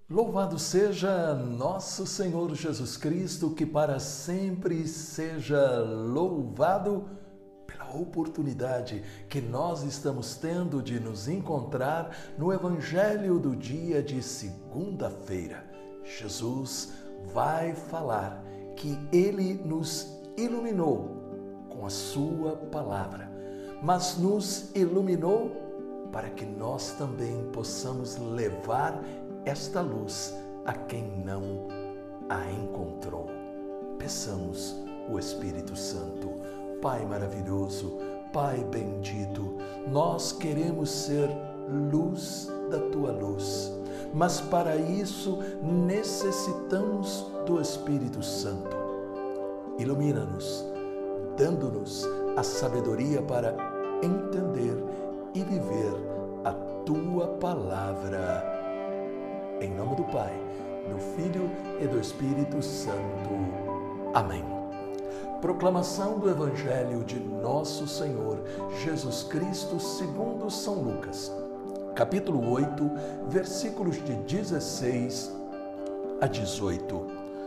Louvado seja nosso Senhor Jesus Cristo, que para sempre seja louvado pela oportunidade que nós estamos tendo de nos encontrar no Evangelho do dia de segunda-feira. Jesus vai falar que Ele nos iluminou com a sua palavra, mas nos iluminou para que nós também possamos levar esta luz a quem não a encontrou. Peçamos o Espírito Santo. Pai maravilhoso, Pai bendito, nós queremos ser luz da Tua luz, mas para isso necessitamos do Espírito Santo. Ilumina-nos, dando-nos a sabedoria para entender e viver a Tua palavra. Em nome do Pai, do Filho e do Espírito Santo. Amém. Proclamação do Evangelho de Nosso Senhor Jesus Cristo segundo São Lucas, capítulo 8, versículos de 16 a 18.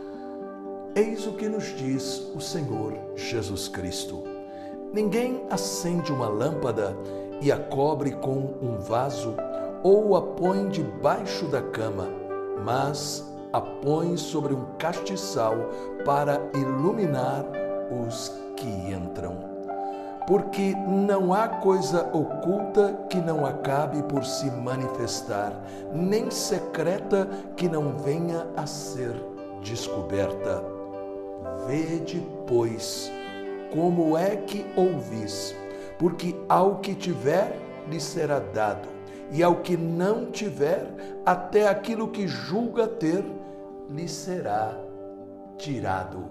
Eis o que nos diz o Senhor Jesus Cristo. Ninguém acende uma lâmpada e a cobre com um vaso ou a põe debaixo da cama, mas a põe sobre um castiçal para iluminar os que entram. Porque não há coisa oculta que não acabe por se manifestar, nem secreta que não venha a ser descoberta. Vede, pois, como é que ouvis, porque ao que tiver lhe será dado, e ao que não tiver, até aquilo que julga ter, lhe será tirado.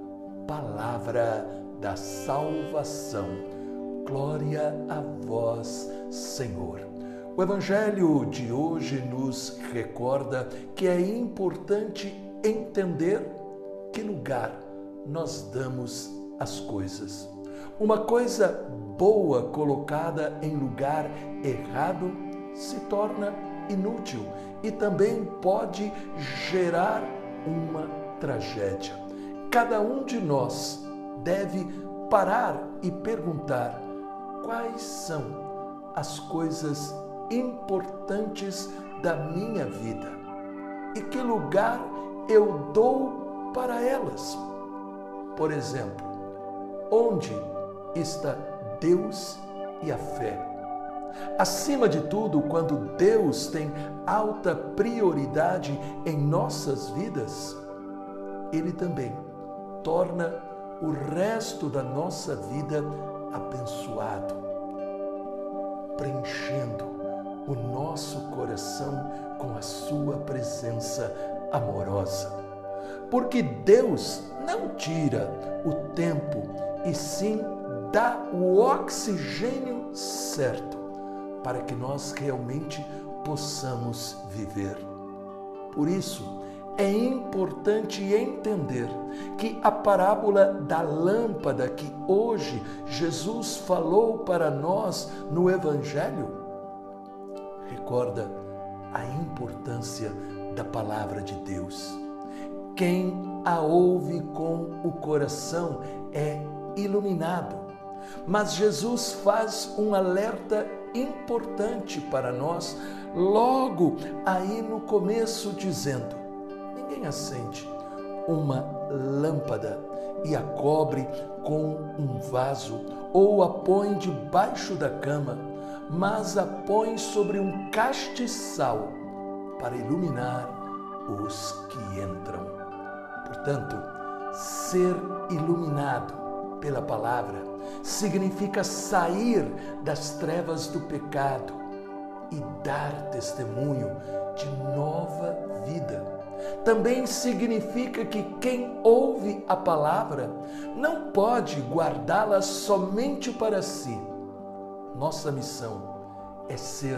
Palavra da salvação. Glória a vós, Senhor. O Evangelho de hoje nos recorda que é importante entender que lugar nós damos às coisas. Uma coisa boa colocada em lugar errado se torna inútil e também pode gerar uma tragédia. Cada um de nós deve parar e perguntar quais são as coisas importantes da minha vida e que lugar eu dou para elas. Por exemplo, onde está Deus e a fé? Acima de tudo, quando Deus tem alta prioridade em nossas vidas, Ele também torna o resto da nossa vida abençoado, preenchendo o nosso coração com a sua presença amorosa. Porque Deus não tira o tempo, e sim dá o oxigênio certo para que nós realmente possamos viver. Por isso, é importante entender que a parábola da lâmpada que hoje Jesus falou para nós no Evangelho recorda a importância da palavra de Deus. Quem a ouve com o coração é iluminado. Mas Jesus faz um alerta importante para nós logo aí no começo, dizendo: ninguém acende uma lâmpada e a cobre com um vaso ou a põe debaixo da cama, mas a põe sobre um castiçal para iluminar os que entram. Portanto, ser iluminado pela palavra significa sair das trevas do pecado e dar testemunho de nova vida. Também significa que quem ouve a palavra não pode guardá-la somente para si. Nossa missão é ser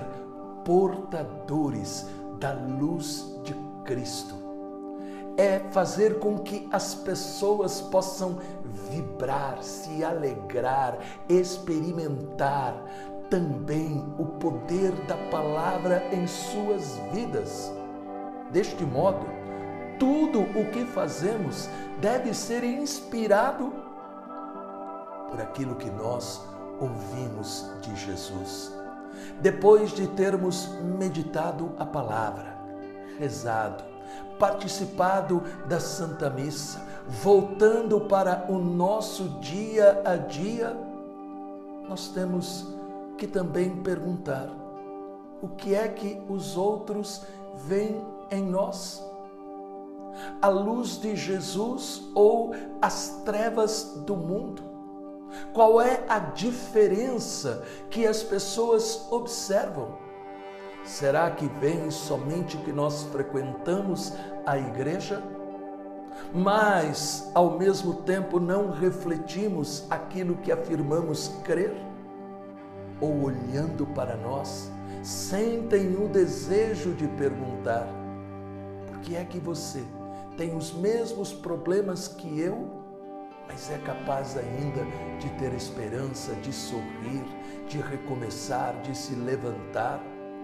portadores da luz de Cristo. É fazer com que as pessoas possam vibrar, se alegrar, experimentar também o poder da palavra em suas vidas. Deste modo, tudo o que fazemos deve ser inspirado por aquilo que nós ouvimos de Jesus. Depois de termos meditado a palavra, rezado, participado da Santa Missa, voltando para o nosso dia a dia, nós temos que também perguntar: o que é que os outros veem em nós? A luz de Jesus ou as trevas do mundo? Qual é a diferença que as pessoas observam? Será que veem somente que nós frequentamos a igreja, mas ao mesmo tempo não refletimos aquilo que afirmamos crer? Ou olhando para nós, sentem o desejo de perguntar: por que é que você tem os mesmos problemas que eu, mas é capaz ainda de ter esperança, de sorrir, de recomeçar, de se levantar?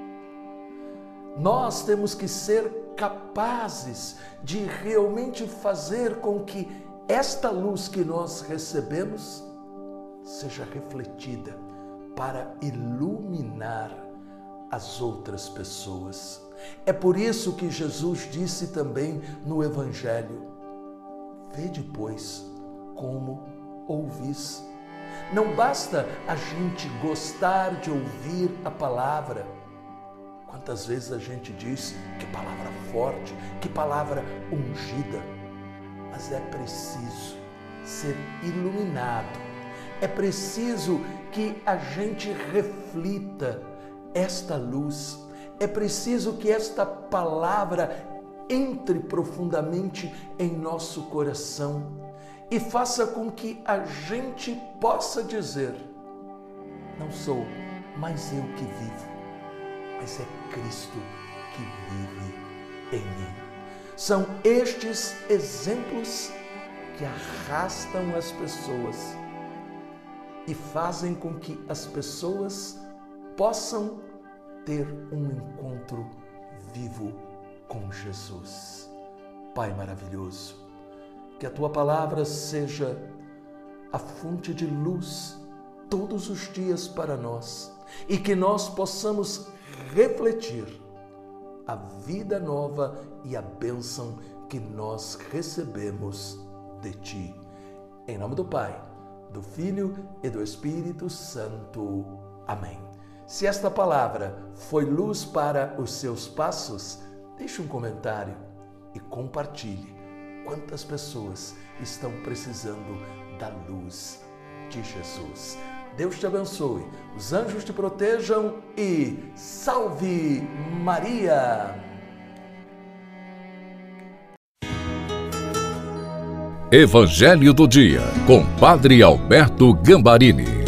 Nós temos que ser capazes de realmente fazer com que esta luz que nós recebemos seja refletida para iluminar as outras pessoas. É por isso que Jesus disse também no Evangelho: vede, pois, como ouvis. Não basta a gente gostar de ouvir a palavra. Quantas vezes a gente diz: que palavra forte, que palavra ungida. Mas é preciso ser iluminado. É preciso que a gente reflita esta luz. É preciso que esta palavra entre profundamente em nosso coração e faça com que a gente possa dizer: não sou mais eu que vivo, mas é Cristo que vive em mim. São estes exemplos que arrastam as pessoas e fazem com que as pessoas possam ter um encontro vivo com Jesus. Pai maravilhoso, que a Tua palavra seja a fonte de luz todos os dias para nós e que nós possamos refletir a vida nova e a bênção que nós recebemos de Ti. Em nome do Pai, do Filho e do Espírito Santo. Amém. Se esta palavra foi luz para os seus passos, deixe um comentário e compartilhe. Quantas pessoas estão precisando da luz de Jesus? Deus te abençoe, os anjos te protejam e salve Maria! Evangelho do Dia, com Padre Alberto Gambarini.